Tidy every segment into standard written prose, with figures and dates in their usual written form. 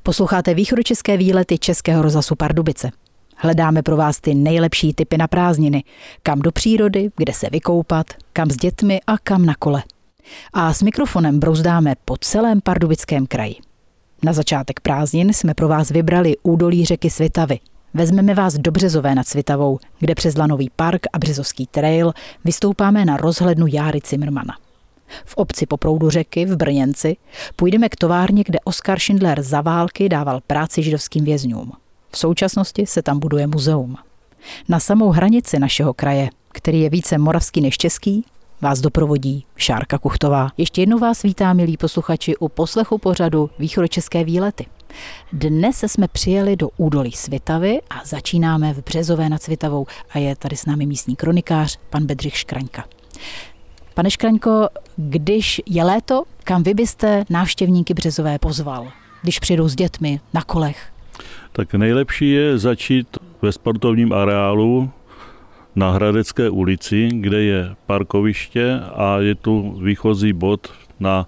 Posloucháte východočeské výlety Českého rozhlasu Pardubice. Hledáme pro vás ty nejlepší tipy na prázdniny. Kam do přírody, kde se vykoupat, kam s dětmi a kam na kole. A s mikrofonem brouzdáme po celém Pardubickém kraji. Na začátek prázdnin jsme pro vás vybrali údolí řeky Svitavy. Vezmeme vás do Březové nad Svitavou, kde přes Lanový park a Březovský trail vystoupáme na rozhlednu Járy Cimrmana. V obci po proudu řeky v Brněnci půjdeme k továrně, kde Oskar Schindler za války dával práci židovským vězňům. V současnosti se tam buduje muzeum. Na samou hranici našeho kraje, který je více moravský než český, vás doprovodí Šárka Kuchtová. Ještě jednou vás vítám, milí posluchači, u poslechu pořadu Východočeské výlety. Dnes jsme přijeli do údolí Svitavy a začínáme v Březové nad Svitavou a je tady s námi místní kronikář, pan Bedřich Škraňka. Pane Škraňko, když je léto, kam vy byste návštěvníky Březové pozval, když přijdou s dětmi na kolech? Tak nejlepší je začít ve sportovním areálu na Hradecké ulici, kde je parkoviště a je tu výchozí bod na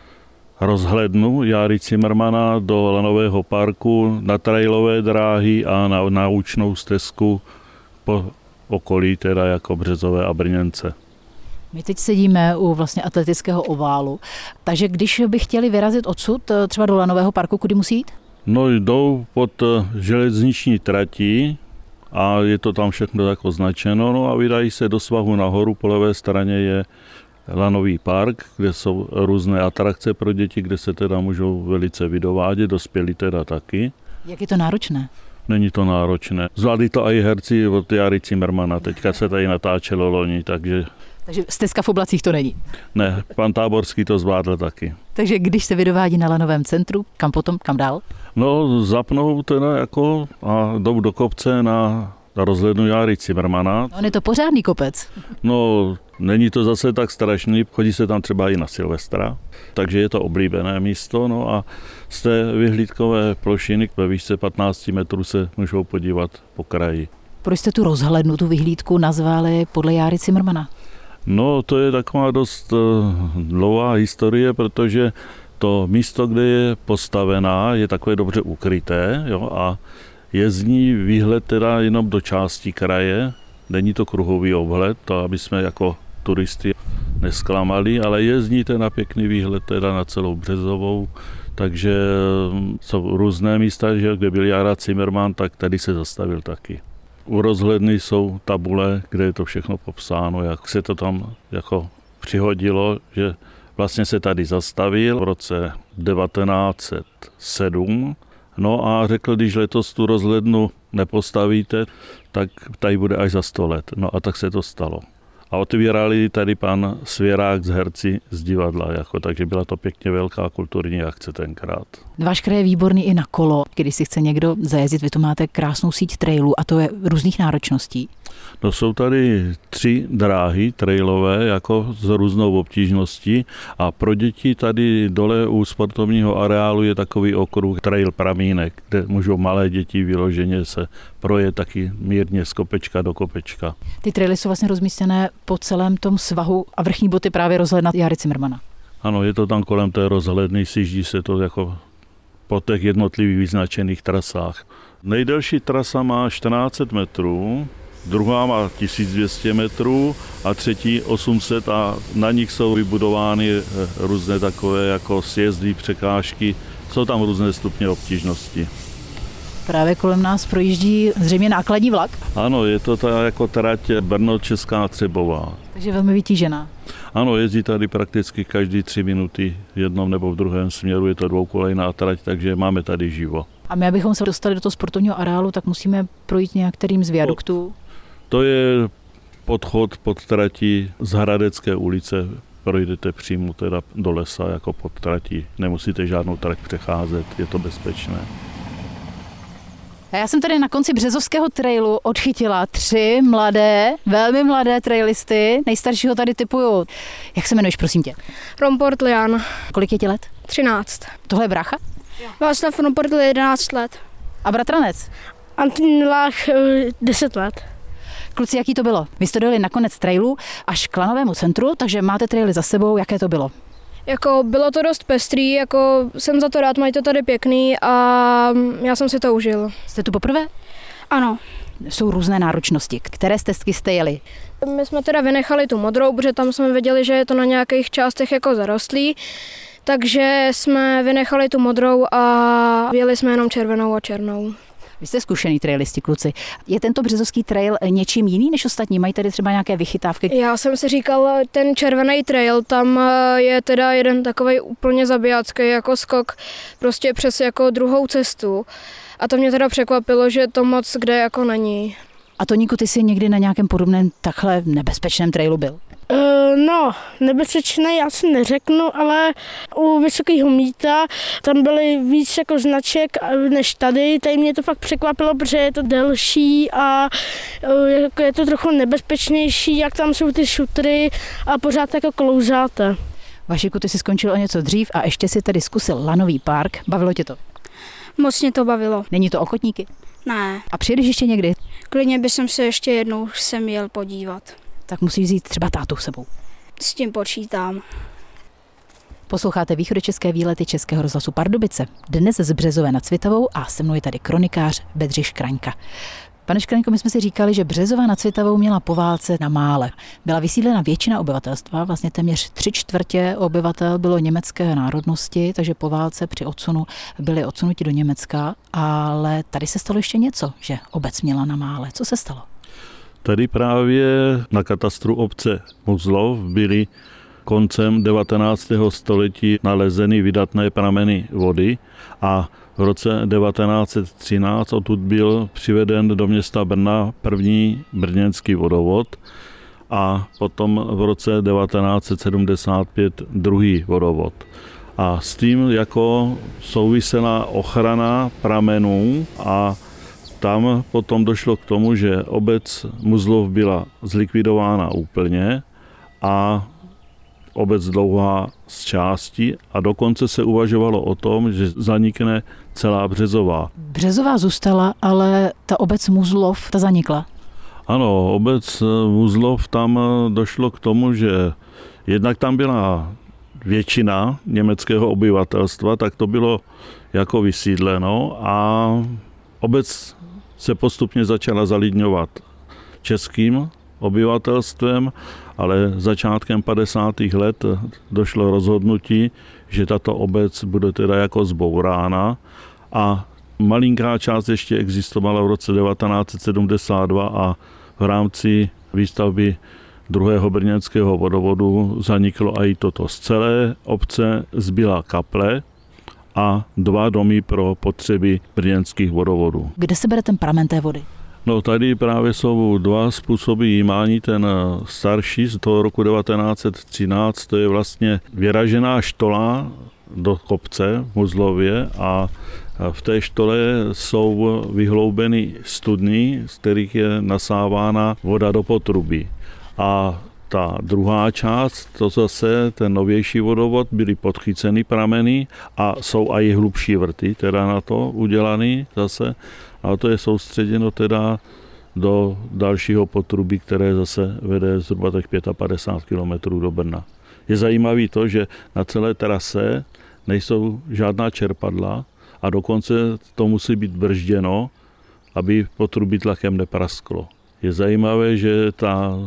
rozhlednu Járy Cimrmana do Lanového parku, na trailové dráhy a na naučnou stezku po okolí, teda jako Březové a Brněnce. My teď sedíme u vlastně atletického oválu, takže když by chtěli vyrazit odsud, třeba do Lanového parku, kudy musí jít? No jdou pod železniční tratí a je to tam všechno tak označeno, no a vydají se do svahu nahoru, po levé straně je Lanový park, kde jsou různé atrakce pro děti, kde se teda můžou velice vydovádět, dospělí teda taky. Jak je to náročné? Není to náročné. Zvládli to i herci od Járy Cimrmana, teďka se tady natáčelo loni, takže stezka v oblacích to není? Ne, pan Táborský to zvládl taky. Takže když se vydovádí na Lanovém centru, kam potom, kam dál? No zapnou teda jako a jdou do kopce na rozhlednu Járy Cimrmana. On je to pořádný kopec. No, není to zase tak strašný, chodí se tam třeba i na Silvestra, takže je to oblíbené místo, no a z té vyhlídkové plošiny ve výšce 15 metrů se můžou podívat po kraji. Proč jste tu rozhlednu, tu vyhlídku nazvali podle Járy Cimrmana? No, to je taková dost dlouhá historie, protože to místo, kde je postavená, je takové dobře ukryté, jo, a je z ní výhled teda jenom do části kraje, není to kruhový obhled, to aby jsme jako turisty nesklamali, ale je z ní ten pěkný výhled teda na celou Březovou, takže jsou různé místa, že kde byl Jára Cimrman, tak tady se zastavil taky. U rozhledny jsou tabule, kde je to všechno popsáno, jak se to tam jako přihodilo, že vlastně se tady zastavil v roce 1907. No a řekl, když letos tu rozhlednu nepostavíte, tak tady bude až za 100 let. No a tak se to stalo. A otvírali tady pan Svěrák z herci z divadla, takže byla to pěkně velká kulturní akce tenkrát. Váš kraj je výborný i na kolo. Když si chce někdo zajezdit, vy tu máte krásnou síť trailů a to je různých náročností. No jsou tady 3 dráhy trailové, jako s různou obtížností a pro děti tady dole u sportovního areálu je takový okruh trail pramínek, kde můžou malé děti vyloženě se projet taky mírně z kopečka do kopečka. Ty traily jsou vlastně rozmístěné po celém tom svahu a vrchní bod je právě rozhledna Járy Cimrmana. Ano, je to tam kolem té rozhledny, sjíždí se to jako po těch jednotlivých vyznačených trasách. Nejdelší trasa má 1400 metrů, druhá má 1200 metrů a třetí 800 a na nich jsou vybudovány různé takové jako sjezdy, překážky, jsou tam různé stupně obtížnosti. Právě kolem nás projíždí zřejmě nákladní vlak? Ano, je to ta jako trať Brno-Česká Třebová. Takže velmi vytížená. Ano, jezdí tady prakticky každý 3 minuty v jednom nebo v druhém směru, je to dvoukolejná trať, takže máme tady živo. A my, abychom se dostali do toho sportovního areálu, tak musíme projít některým z viaduktů? To je podchod pod tratí z Hradecké ulice, projdete přímo teda do lesa jako pod tratí, nemusíte žádnou trať přecházet, je to bezpečné. A já jsem tady na konci Březovského trailu odchytila 3 velmi mladé trailisty. Nejstaršího tady typuju. Jak se jmenuješ, prosím tě? Romportl Jan. Kolik je ti let? 13. Tohle je brácha? Václav Romportl 11 let. A bratranec? Antonín Lách 10 let. Kluci, jaký to bylo? Vy jste dojeli na konec trailu až k Lanovému centru, takže máte traily za sebou. Jaké to bylo? Jako bylo to dost pestrý, jako jsem za to rád, mají to tady pěkný a já jsem si to užil. Jste tu poprvé? Ano. Jsou různé náročnosti. Které stezky jste jeli? My jsme teda vynechali tu modrou, protože tam jsme věděli, že je to na nějakých částech jako zarostlý, takže jsme vynechali tu modrou a jeli jsme jenom červenou a černou. Vy jste zkušený trailisti, kluci. Je tento březovský trail něčím jiný než ostatní? Mají tady třeba nějaké vychytávky? Já jsem si říkal, ten červený trail, tam je teda jeden takovej úplně zabijácký jako skok prostě přes jako druhou cestu. A to mě teda překvapilo, že to moc kde jako není. A Toníku, ty jsi někdy na nějakém podobném takhle nebezpečném trailu byl? No, nebezpečné já si neřeknu, ale u Vysokého Mýta tam byly víc jako značek než tady. Tady mě to fakt překvapilo, protože je to delší a jako je to trochu nebezpečnější, jak tam jsou ty šutry a pořád jako klouzáte. Vašiku, ty jsi skončil o něco dřív a ještě si tady zkusil lanový park. Bavilo tě to? Moc mě to bavilo. Není to o kotníky? Ne, A přijedeš ještě někdy? klidně bych se ještě jednou sem jel podívat. Tak musíš vzít třeba tátu s sebou. S tím počítám. Posloucháte východočeské výlety Českého rozhlasu Pardubice. Dnes z Březové nad Svitavou a se mnou je tady kronikář Bedřich Škraňka. Pane Škraňko, my jsme si říkali, že Březová nad Svitavou měla po válce na mále. Byla vysídlena většina obyvatelstva, vlastně téměř 3/4 obyvatel bylo německé národnosti, takže po válce při odsunu byli odsunuti do Německa, ale tady se stalo ještě něco, že obec měla na mále. Co se stalo? Tady právě na katastru obce Muzlov byly koncem 19. století nalezeny vydatné prameny vody a v roce 1913 odtud byl přiveden do města Brna první brněnský vodovod a potom v roce 1975 druhý vodovod. A s tím jako souvisela ochrana pramenů a tam potom došlo k tomu, že obec Muzlov byla zlikvidována úplně a obec Dlouhá z části a dokonce se uvažovalo o tom, že zanikne celá Březová. Březová zůstala, ale ta obec Muzlov, ta zanikla. Ano, obec Muzlov, tam došlo k tomu, že jednak tam byla většina německého obyvatelstva, tak to bylo jako vysídleno a obec se postupně začala zalidňovat českým obyvatelstvem, ale začátkem 50. let došlo rozhodnutí, že tato obec bude teda jako zbourána a malinká část ještě existovala v roce 1972 a v rámci výstavby druhého brněnského vodovodu zaniklo i toto. Z celé obce zbyla kaple a 2 domy pro potřeby brněnských vodovodů. Kde se bere ten pramen té vody? No tady právě jsou 2 způsoby jímání. Ten starší z toho roku 1913, to je vlastně vyražená štola do kopce v Muzlově a v té štole jsou vyhloubeny studny, z kterých je nasávána voda do potrubí. A ta druhá část, to zase ten novější vodovod, byly podchyceny prameny a jsou i hlubší vrty teda na to udělané zase. A to je soustředěno teda do dalšího potrubí, které zase vede zhruba tak 55 km do Brna. Je zajímavé to, že na celé trase nejsou žádná čerpadla a dokonce to musí být bržděno, aby potrubí tlakem neprasklo. Je zajímavé, že ta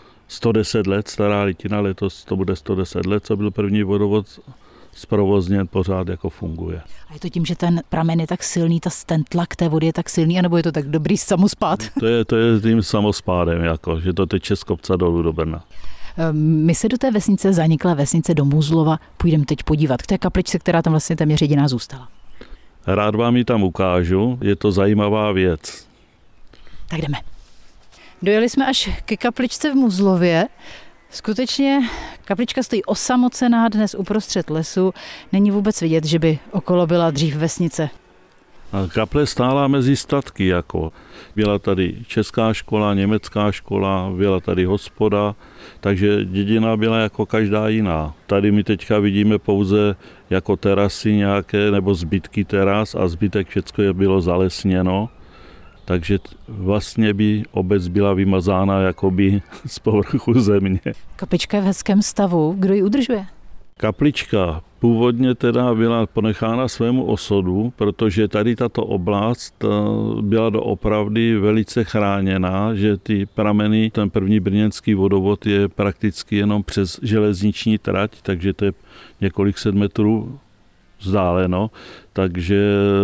110 let stará litina, letos to bude 110 let, co byl první vodovod zprovozněn, pořád jako funguje. A je to tím, že ten pramen je tak silný, ten tlak té vody je tak silný, anebo je to tak dobrý samospád? To je tím samospádem, jako, že to teče z kopce dolů do Brna. My se do té vesnice, zaniklé vesnice do Muzlova, půjdeme teď podívat k té kapličce, která tam vlastně téměř jediná zůstala. Rád vám ji tam ukážu, je to zajímavá věc. Tak jdeme. Dojeli jsme až ke kapličce v Muzlově. Skutečně kaplička stojí osamocená dnes uprostřed lesu. Není vůbec vidět, že by okolo byla dřív vesnice. A kaple stála mezi statky, jako byla tady česká škola, německá škola, byla tady hospoda, takže dědina byla jako každá jiná. Tady my teďka vidíme pouze jako terasy nějaké nebo zbytky teras a zbytek všechno bylo zalesněno. Takže vlastně by obec byla vymazána jakoby z povrchu země. Kaplička je v hezkém stavu. Kdo ji udržuje? Kaplička původně teda byla ponechána svému osudu, protože tady tato oblast byla doopravdy velice chráněná, že ty prameny, ten první brněnský vodovod je prakticky jenom přes železniční trať, takže to je několik set metrů vzdáleno, takže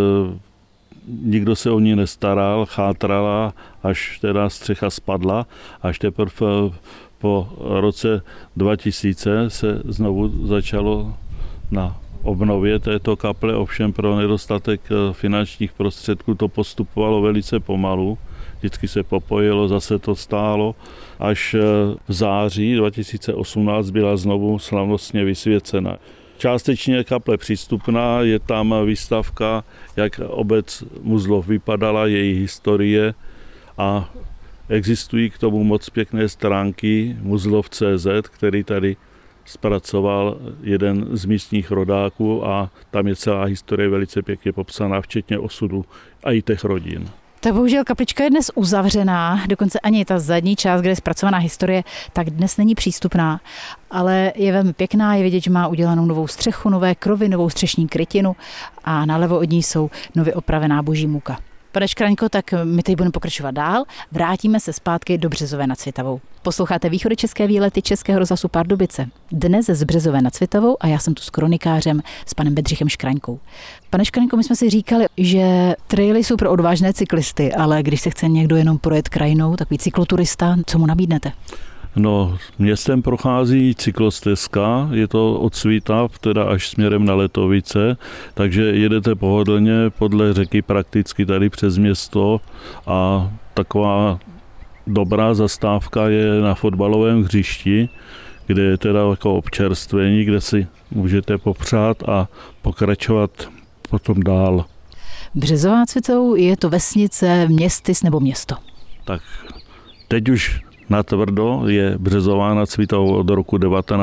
nikdo se o ní nestaral, chátrala, až teda střecha spadla, až teprve po roce 2000 se znovu začalo na obnově této kaple, ovšem pro nedostatek finančních prostředků to postupovalo velice pomalu. Vždycky se popojilo, zase to stálo. Až v září 2018 byla znovu slavnostně vysvěcena. Částečně je kaple přístupná, je tam výstavka, jak obec Muzlov vypadala, její historie a existují k tomu moc pěkné stránky Muzlov.cz, který tady zpracoval jeden z místních rodáků a tam je celá historie velice pěkně popsaná, včetně osudu a i těch rodin. Tak bohužel kaplička je dnes uzavřená, dokonce ani ta zadní část, kde je zpracovaná historie, tak dnes není přístupná, ale je velmi pěkná, je vidět, že má udělanou novou střechu, nové krovy, novou střešní krytinu a nalevo od ní jsou nově opravená boží muka. Pane Škraňko, tak my teď budeme pokračovat dál. Vrátíme se zpátky do Březové nad Svitavou. Posloucháte východočeské výlety Českého rozhlasu Pardubice. Dnes z Březové nad Svitavou a já jsem tu s kronikářem, s panem Bedřichem Škraňkou. Pane Škraňko, my jsme si říkali, že traily jsou pro odvážné cyklisty, ale když se chce někdo jenom projet krajinou, takový cykloturista, co mu nabídnete? No, městem prochází cyklostezka, je to od Svitav, teda až směrem na Letovice, takže jedete pohodlně podle řeky prakticky tady přes město a taková dobrá zastávka je na fotbalovém hřišti, kde je teda jako občerstvení, kde si můžete popřát a pokračovat potom dál. Březová nad Svitovou, je to vesnice, městys nebo město? Tak teď už natvrdo je Březová nad Svitovou od roku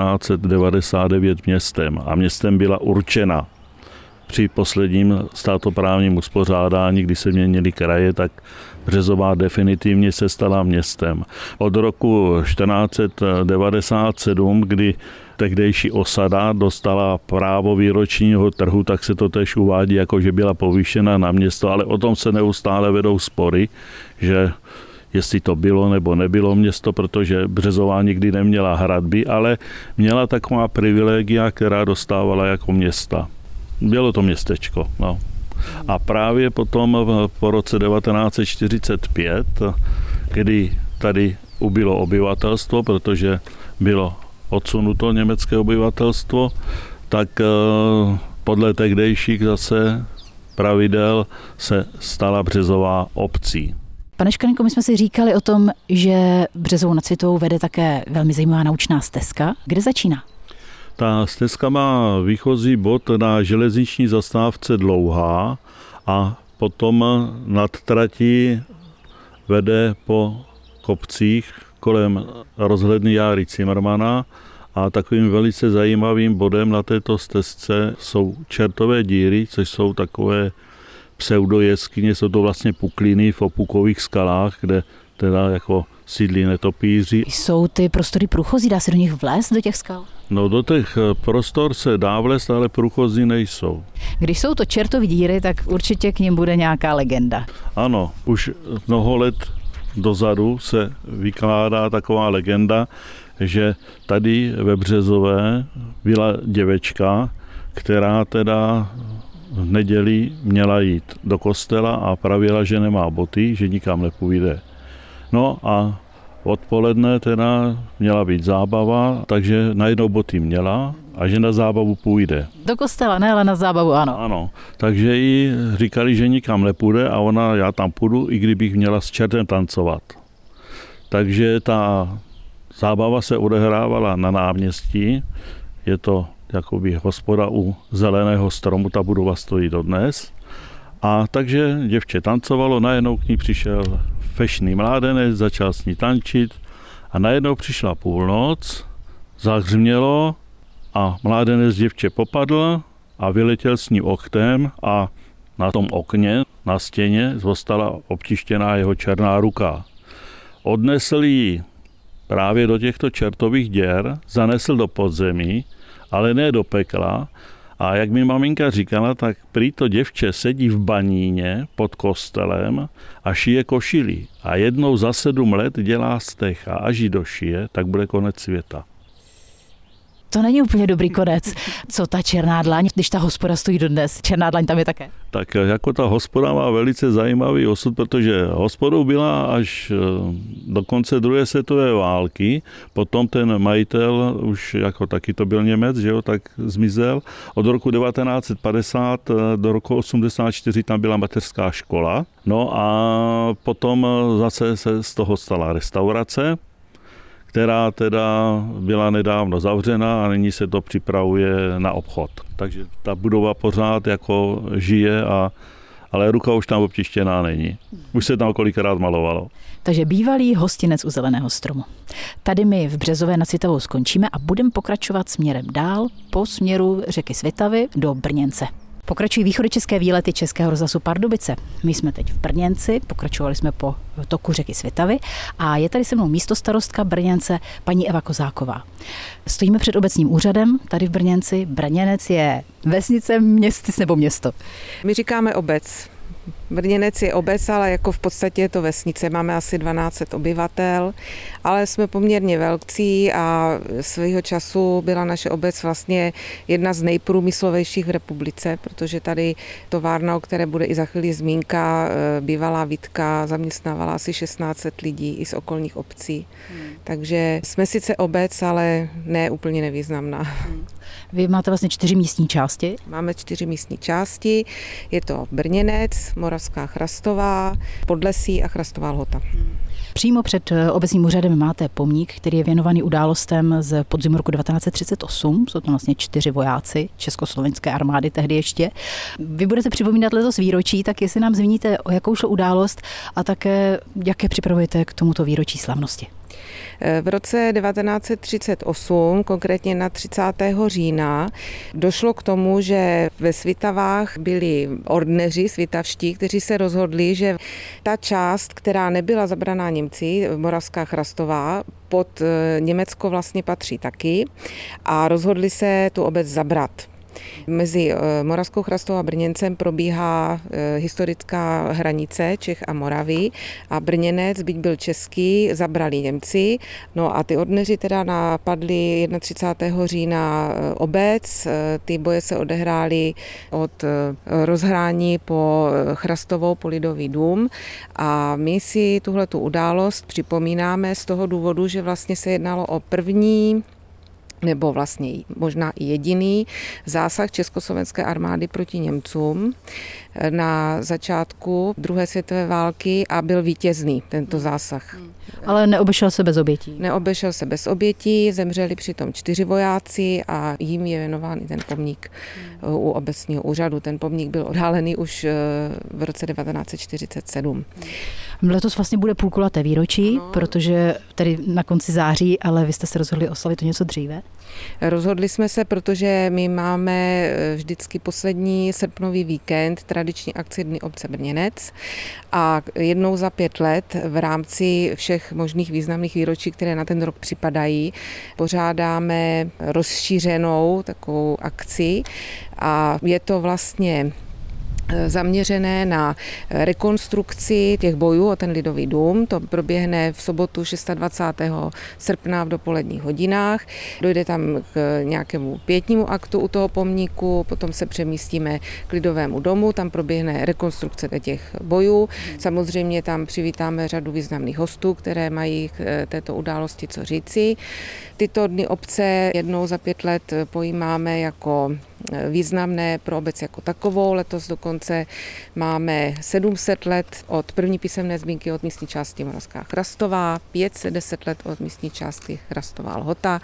1999 městem a městem byla určena. Při posledním státoprávním uspořádání, kdy se měnily kraje, tak Březová definitivně se stala městem. Od roku 1497, kdy tehdejší osada dostala právo výročního trhu, tak se to též uvádí, jako že byla povýšena na město, ale o tom se neustále vedou spory, že jestli to bylo nebo nebylo město, protože Březová nikdy neměla hradby, ale měla taková privilegia, která dostávala jako města. Bylo to městečko. No. A právě potom po roce 1945, kdy tady ubylo obyvatelstvo, protože bylo odsunuto německé obyvatelstvo, tak podle tehdejších zase pravidel se stala Březová obcí. Pane Škraňko, my jsme si říkali o tom, že Březovou nad Svitovou vede také velmi zajímavá naučná stezka. Kde začíná? Ta stezka má výchozí bod na železniční zastávce Dlouhá a potom nad tratí vede po kopcích kolem rozhledny Járy Cimrmana a takovým velice zajímavým bodem na této stezce jsou Čertové díry, což jsou takové pseudojeskyně, jsou to vlastně pukliny v opukových skalách, kde teda jako sídlí netopýři. Jsou ty prostory průchozí, dá se do nich vlézt, do těch skal? No do těch prostor se dá vlézt, ale průchozí nejsou. Když jsou to čertovy díry, tak určitě k nim bude nějaká legenda. Ano, už mnoho let dozadu se vykládá taková legenda, že tady ve Březové byla děvečka, která teda v neděli měla jít do kostela a pravila, že nemá boty, že nikam nepůjde. No a odpoledne teda měla být zábava, takže najednou boty měla a že na zábavu půjde. Do kostela ne, ale na zábavu ano. Ano, takže jí říkali, že nikam nepůjde a ona, já tam půjdu, i kdybych měla s čertem tancovat. Takže ta zábava se odehrávala na náměstí, je to jakoby hospoda u zeleného stromu, ta budova stojí dodnes. A takže děvče tancovalo, najednou k ní přišel fešný mládenec, začal s ní tančit a najednou přišla půlnoc, zahřmělo a mládenec děvče popadl a vyletěl s ní oknem a na tom okně, na stěně, zůstala obtištěná jeho černá ruka. Odnesl ji právě do těchto čertových děr, zanesl do podzemí ale ne do pekla. A jak mi maminka říkala, tak prý to děvče sedí v baníně pod kostelem a šije košili. A jednou za 7 let dělá stech a až ji došije, tak bude konec světa. To není úplně dobrý konec. Co ta Černá dlaň, když ta hospoda stojí dodnes? Černá dlaň tam je také? Tak jako ta hospoda má velice zajímavý osud, protože hospodou byla až do konce druhé světové války. Potom ten majitel, už jako taky to byl Němec, že jo, tak zmizel. Od roku 1950 do roku 1984 tam byla mateřská škola. No a potom zase se z toho stala restaurace, která teda byla nedávno zavřena a nyní se to připravuje na obchod. Takže ta budova pořád jako žije, ale ruka už tam obtištěná není. Už se tam kolikrát malovalo. Takže bývalý hostinec u Zeleného stromu. Tady my v Březové nad Svitavou skončíme a budeme pokračovat směrem dál po směru řeky Svitavy do Brněnce. Pokračují východočeské výlety Českého rozhlasu Pardubice. My jsme teď v Brněnci, pokračovali jsme po toku řeky Svitavy a je tady se mnou místostarostka Brněnce paní Eva Kozáková. Stojíme před obecním úřadem tady v Brněnci. Brněnec je vesnice, městic nebo město? My říkáme obec. Brněnec je obec, ale jako v podstatě je to vesnice. Máme asi 1200 obyvatel, ale jsme poměrně velcí a svého času byla naše obec vlastně jedna z nejprůmyslovějších v republice, protože tady továrna, o které bude i za chvíli zmínka, bývalá Vitka, zaměstnávala asi 1600 lidí i z okolních obcí. Takže jsme sice obec, ale ne úplně nevýznamná. Vy máte vlastně 4 místní části? Máme 4 místní části. Je to Brněnec, Moravská Chrastová, Podlesí a Chrastová Lhota. Přímo před obecním úřadem máte pomník, který je věnovaný událostem z podzimu roku 1938. Jsou to vlastně 4 vojáci československé armády tehdy ještě. Vy budete připomínat letos výročí, tak jestli nám zmíníte, o jakou šlo událost a také jaké připravujete k tomuto výročí slavnosti. V roce 1938, konkrétně na 30. října, došlo k tomu, že ve Svitavách byli ordneři svitavští, kteří se rozhodli, že ta část, která nebyla zabraná Němci, Moravská Chrastová, pod Německo vlastně patří taky a rozhodli se tu obec zabrat. Mezi Moravskou Chrastovou a Brněncem probíhá historická hranice Čech a Moravy a Brněnec, byť byl český, zabrali Němci. No a ty ordneři teda napadli 31. října obec. Ty boje se odehrály od rozhrání po Chrastovou, po Lidový dům a my si tuhletu událost připomínáme z toho důvodu, že vlastně se jednalo o první nebo vlastně možná i jediný zásah československé armády proti Němcům na začátku druhé světové války a byl vítězný tento zásah. Ale neobešel se bez obětí. Neobešel se bez obětí, zemřeli přitom 4 vojáci a jim je věnován i ten pomník u obecního úřadu. Ten pomník byl odhalený už v roce 1947. Letos vlastně bude půlkulaté výročí, protože tady na konci září, ale vy jste se rozhodli oslavit to něco dříve? Rozhodli jsme se, protože my máme vždycky poslední srpnový víkend tradiční akci Dny obce Brněnec a jednou za 5 let v rámci všech možných významných výročí, které na ten rok připadají, pořádáme rozšířenou takovou akci a je to vlastně zaměřené na rekonstrukci těch bojů o ten Lidový dům. To proběhne v sobotu 26. srpna v dopoledních hodinách. Dojde tam k nějakému pietnímu aktu u toho pomníku, potom se přemístíme k Lidovému domu, tam proběhne rekonstrukce těch bojů. Samozřejmě tam přivítáme řadu významných hostů, které mají k této události co říci. Tyto dny obce jednou za 5 let pojímáme jako významné pro obec jako takovou. Letos dokonce máme 700 let od první písemné zmínky od místní části Moravská Chrastová, 510 let od místní části Chrastová Lhota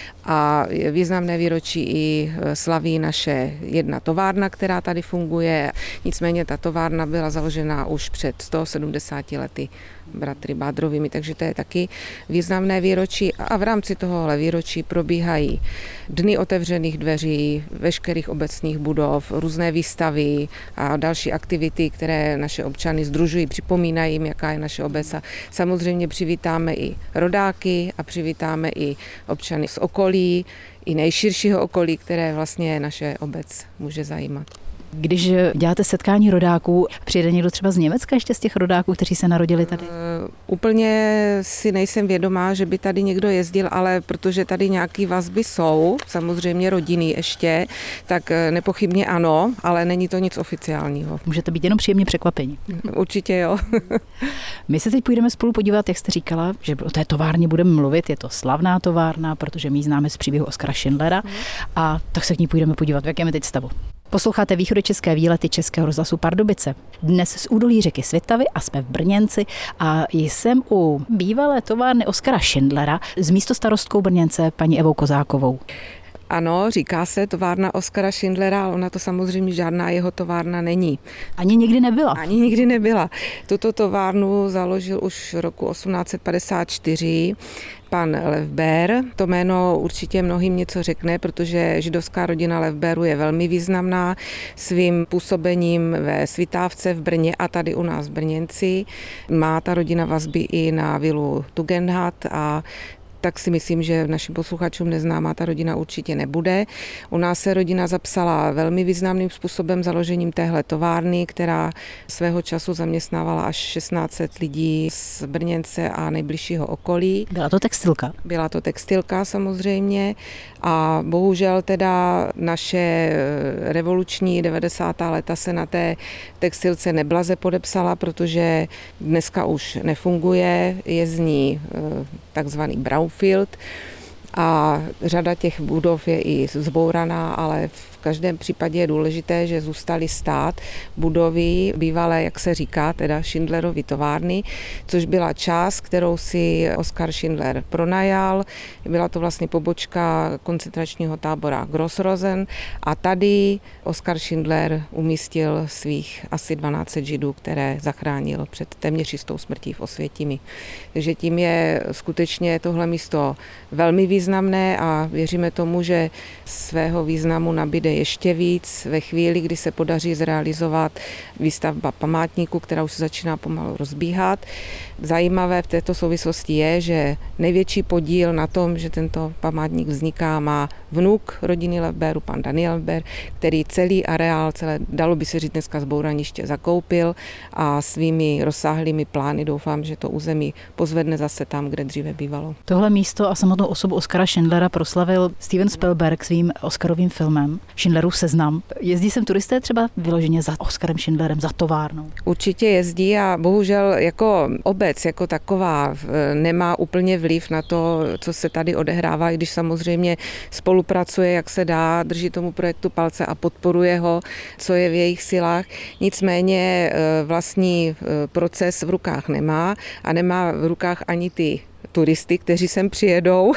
a významné výročí i slaví naše jedna továrna, která tady funguje. Nicméně ta továrna byla založena už před 170 lety bratry Bádrovými, takže to je taky významné výročí a v rámci tohohle výročí probíhají dny otevřených dveří, veškeré veškerých obecních budov, různé výstavy a další aktivity, které naše občany sdružují, připomínají jim, jaká je naše obec. A samozřejmě přivítáme i rodáky a přivítáme i občany z okolí, i nejširšího okolí, které vlastně naše obec může zajímat. Když děláte setkání rodáků, přijde někdo třeba z Německa ještě z těch rodáků, kteří se narodili tady? Úplně si nejsem vědomá, že by tady někdo jezdil, ale protože tady nějaké vazby jsou, samozřejmě rodiny ještě, tak nepochybně ano, ale není to nic oficiálního. Můžete být jenom příjemně překvapeni. Určitě jo. My se teď půjdeme spolu podívat, jak jste říkala, že o té továrně budeme mluvit. Je to slavná továrna, protože my ji známe z příběhu Oskara Schindlera a tak se k ní půjdeme podívat, v jakém je teď stavu. Posloucháte východočeské výlety Českého rozhlasu Pardubice. Dnes z údolí řeky Svitavy a jsme v Brněnci a jsem u bývalé továrny Oskara Schindlera s místostarostkou Brněnce paní Evou Kozákovou. Ano, říká se továrna Oskara Schindlera, ale ona to samozřejmě žádná jeho továrna není. Ani nikdy nebyla. Ani nikdy nebyla. Tuto továrnu založil už roku 1854 pan Levber. To jméno určitě mnohým něco řekne, protože židovská rodina Levberů je velmi významná svým působením ve Svitávce v Brně a tady u nás v Brněnci. Má ta rodina vazby i na vilu Tugendhat a tak si myslím, že našim posluchačům neznámá ta rodina určitě nebude. U nás se rodina zapsala velmi významným způsobem založením téhle továrny, která svého času zaměstnávala až 1600 lidí z Brněnce a nejbližšího okolí. Byla to textilka? Byla to textilka samozřejmě a bohužel teda naše revoluční 90. léta se na té textilce neblaze podepsala, protože dneska už nefunguje, je z ní takzvaný brownfield a řada těch budov je i zbouraná, ale v každém případě je důležité, že zůstaly stát budovy bývalé, jak se říká, teda Schindlerovy továrny, což byla část, kterou si Oskar Schindler pronajal. Byla to vlastně pobočka koncentračního tábora Grossrosen a tady Oskar Schindler umístil svých asi 12 Židů, které zachránil před téměř jistou smrtí v Osvětimi. Takže tím je skutečně tohle místo velmi významné a věříme tomu, že svého významu nabíde ještě víc ve chvíli, kdy se podaří zrealizovat výstavba památníku, která už se začíná pomalu rozbíhat. Zajímavé v této souvislosti je, že největší podíl na tom, že tento památník vzniká, má vnuk rodiny Levberů, pan Daniel Levber, který celý areál, dalo by se říct dneska zbouraniště, zakoupil a svými rozsáhlými plány doufám, že to území pozvedne zase tam, kde dříve bývalo. Tohle místo a samotnou osobu Oskara Schindlera proslavil Steven Spielberg svým Oscarovým filmem Schindlerův seznam. Jezdí sem turisté třeba vyloženě za Oskarem Schindlerem, za továrnou? Určitě jezdí a bohužel jako obec jako taková nemá úplně vliv na to, co se tady odehrává, i když samozřejmě spolupracuje, jak se dá, drží tomu projektu palce a podporuje ho, co je v jejich silách. Nicméně vlastní proces v rukách nemá a nemá v rukách ani ty turisty, kteří sem přijedou,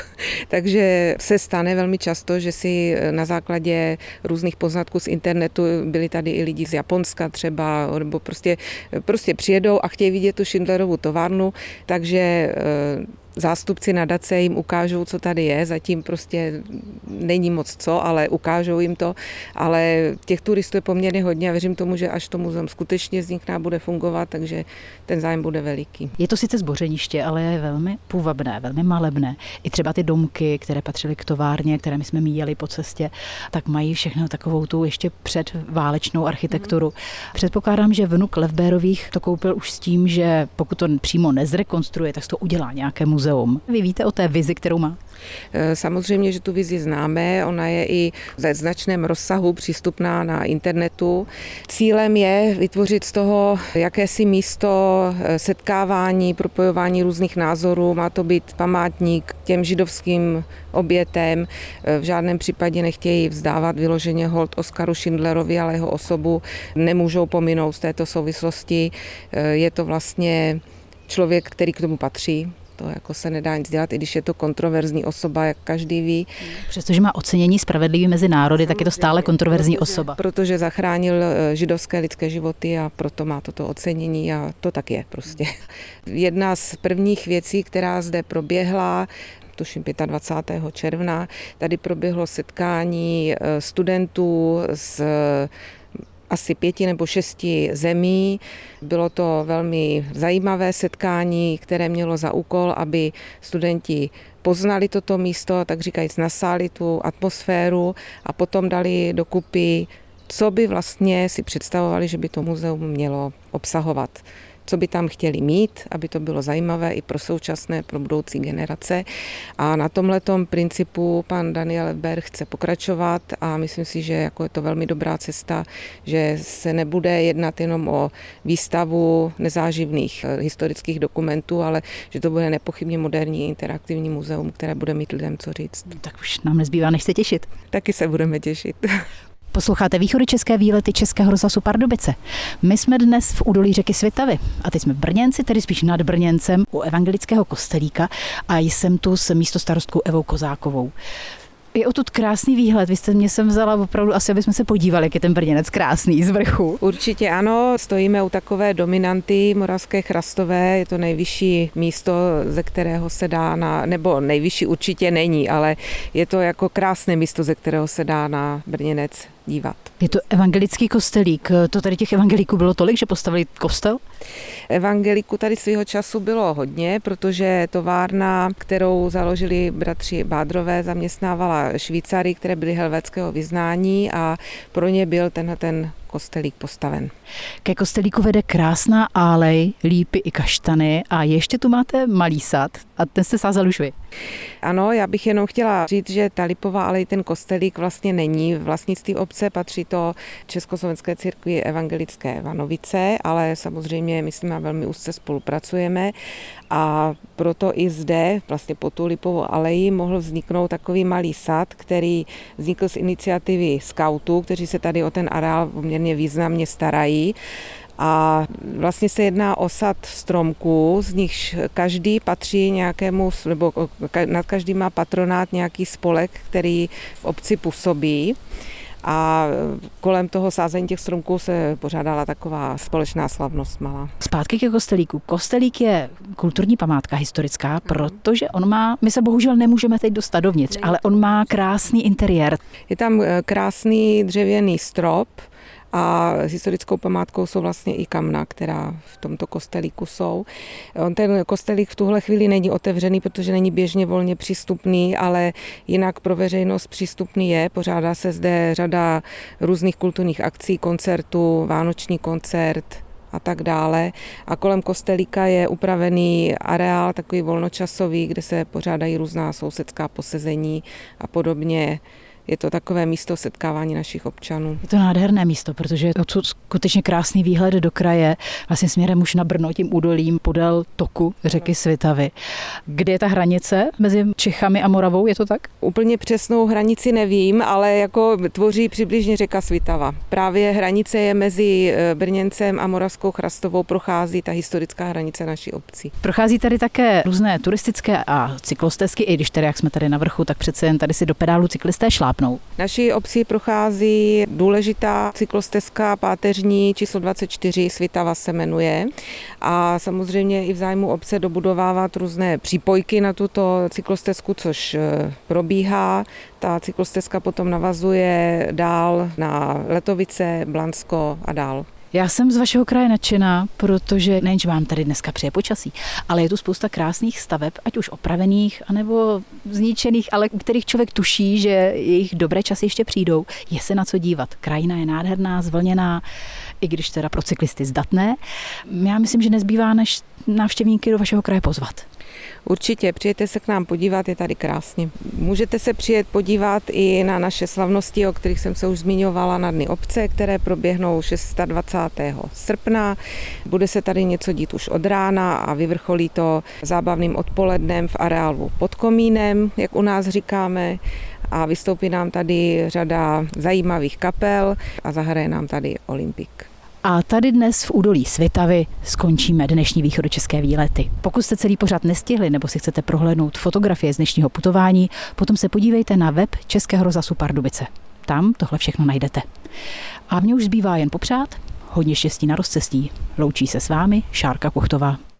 takže se stane velmi často, že si na základě různých poznatků z internetu, byli tady i lidi z Japonska třeba, nebo prostě přijedou a chtějí vidět tu Schindlerovu továrnu, takže zástupci nadace jim ukážou, co tady je, zatím prostě není moc co, ale ukážou jim to, ale těch turistů je poměrně hodně a věřím tomu, že až to muzeum skutečně vznikne a bude fungovat, takže ten zájem bude veliký. Je to sice zbořeniště, ale je velmi půvabné, velmi malebné. I třeba ty domky, které patřily k továrně, které my jsme míjeli po cestě, tak mají všechno takovou tu ještě předválečnou architekturu. Předpokládám, že vnuk Levberových to koupil už s tím, že pokud to přímo nezrekonstruuje, tak to udělá nějaké muzeum. Vy víte o té vizi, kterou má? Samozřejmě, že tu vizi známe, ona je i ve značném rozsahu přístupná na internetu. Cílem je vytvořit z toho jakési místo setkávání, propojování různých názorů. Má to být památník těm židovským obětem. V žádném případě nechtějí vzdávat vyloženě hold Oskaru Schindlerovi, ale jeho osobu nemůžou pominout z této souvislosti. Je to vlastně člověk, který k tomu patří. To jako se nedá nic dělat, i když je to kontroverzní osoba, jak každý ví. Přestože má ocenění spravedlivý mezi národy, tak je to stále kontroverzní osoba. Protože zachránil židovské lidské životy a proto má toto ocenění a to tak je prostě. Jedna z prvních věcí, která zde proběhla, tuším 25. června. Tady proběhlo setkání studentů z asi 5 nebo 6 zemí. Bylo to velmi zajímavé setkání, které mělo za úkol, aby studenti poznali toto místo, tak říkajíc nasáli tu atmosféru a potom dali dokupy, co by vlastně si představovali, že by to muzeum mělo obsahovat. Co by tam chtěli mít, aby to bylo zajímavé i pro současné, pro budoucí generace. A na tomhletom principu pan Daniel Ber chce pokračovat a myslím si, že jako je to velmi dobrá cesta, že se nebude jednat jenom o výstavu nezáživných historických dokumentů, ale že to bude nepochybně moderní interaktivní muzeum, které bude mít lidem co říct. Tak už nám nezbývá, než se těšit. Taky se budeme těšit. Posloucháte Východočeské výlety Českého rozhlasu Pardubice. My jsme dnes v údolí řeky Svitavy a teď jsme v Brněnci, tedy spíš nad Brněncem, u evangelického kostelíka a jsem tu s místostarostkou Evou Kozákovou. Je odtud krásný výhled, vy jste mě sem vzala opravdu asi, aby jsme se podívali, jak je ten Brněnec krásný z vrchu. Určitě ano, stojíme u takové dominanty Moravské Chrastové, je to nejvyšší místo, ze kterého se dá nebo nejvyšší určitě není, ale je to jako krásné místo, ze kterého se dá na Brněnec dívat. Je to evangelický kostelík, to tady těch evangelíků bylo tolik, že postavili kostel? Evangeliků tady svého času bylo hodně, protože továrna, kterou založili bratři Bádrové, zaměstnávala Švýcary, které byly helvétského vyznání a pro ně byl ten kostelík postaven. Ke kostelíku vede krásná álej, lípy i kaštany a ještě tu máte malý sad a ten jste sázal už vy. Ano, já bych jenom chtěla říct, že ta lipová alej, ten kostelík vlastně není vlastnictví obce, patří to Československé církvi evangelické Vanovice, ale samozřejmě my s nimi velmi úzce spolupracujeme a proto i zde vlastně po tu lipovou aleji mohl vzniknout takový malý sad, který vznikl z iniciativy skautů, kteří se tady o ten areál poměrně významně starají. A vlastně se jedná o sad stromků, z nichž každý patří nějakému, nebo nad každý má patronát nějaký spolek, který v obci působí. A kolem toho sázení těch stromků se pořádala taková společná slavnost malá. Zpátky ke kostelíku. Kostelík je kulturní památka historická, protože on má, my se bohužel nemůžeme teď dostat dovnitř, ale on má krásný interiér. Je tam krásný dřevěný strop, a historickou památkou jsou vlastně i kamna, která v tomto kostelíku jsou. Ten kostelík v tuhle chvíli není otevřený, protože není běžně volně přístupný, ale jinak pro veřejnost přístupný je. Pořádá se zde řada různých kulturních akcí, koncertů, vánoční koncert a tak dále. A kolem kostelíka je upravený areál, takový volnočasový, kde se pořádají různá sousedská posezení a podobně. Je to takové místo setkávání našich občanů. Je to nádherné místo, protože je to skutečně krásný výhled do kraje, vlastně směrem už na Brno tím údolím podél toku řeky Svitavy. Kde je ta hranice mezi Čechami a Moravou, je to tak? Úplně přesnou hranici nevím, ale jako tvoří přibližně řeka Svitava. Právě hranice je mezi Brněncem a Moravskou Chrastovou, prochází ta historická hranice naší obcí. Prochází tady také různé turistické a cyklostezky, i když tady, jak jsme tady na vrchu, tak přece jen tady si do pedálu cyklisté šlápnou. Naší obcí prochází důležitá cyklostezka páteřní číslo 24, Svitava se jmenuje. A samozřejmě i v zájmu obce dobudovávat různé přípojky na tuto cyklostezku, což probíhá. Ta cyklostezka potom navazuje dál na Letovice, Blansko a dál. Já jsem z vašeho kraje nadšená, protože nejenže vám tady dneska přeje počasí, ale je tu spousta krásných staveb, ať už opravených, anebo zničených, ale u kterých člověk tuší, že jejich dobré časy ještě přijdou. Je se na co dívat. Krajina je nádherná, zvlněná, i když teda pro cyklisty zdatné. Já myslím, že nezbývá, než návštěvníky do vašeho kraje pozvat. Určitě, přijďte se k nám podívat, je tady krásně. Můžete se přijet podívat i na naše slavnosti, o kterých jsem se už zmiňovala, na Dny obce, které proběhnou 26. srpna. Bude se tady něco dít už od rána a vyvrcholí to zábavným odpolednem v areálu pod komínem, jak u nás říkáme. A vystoupí nám tady řada zajímavých kapel a zahraje nám tady Olympik. A tady dnes v údolí Svitavy skončíme dnešní východočeské výlety. Pokud jste celý pořad nestihli nebo si chcete prohlédnout fotografie z dnešního putování, potom se podívejte na web Českého rozhlasu Pardubice. Tam tohle všechno najdete. A mně už zbývá jen popřát hodně štěstí na rozcestí. Loučí se s vámi Šárka Kuchtová.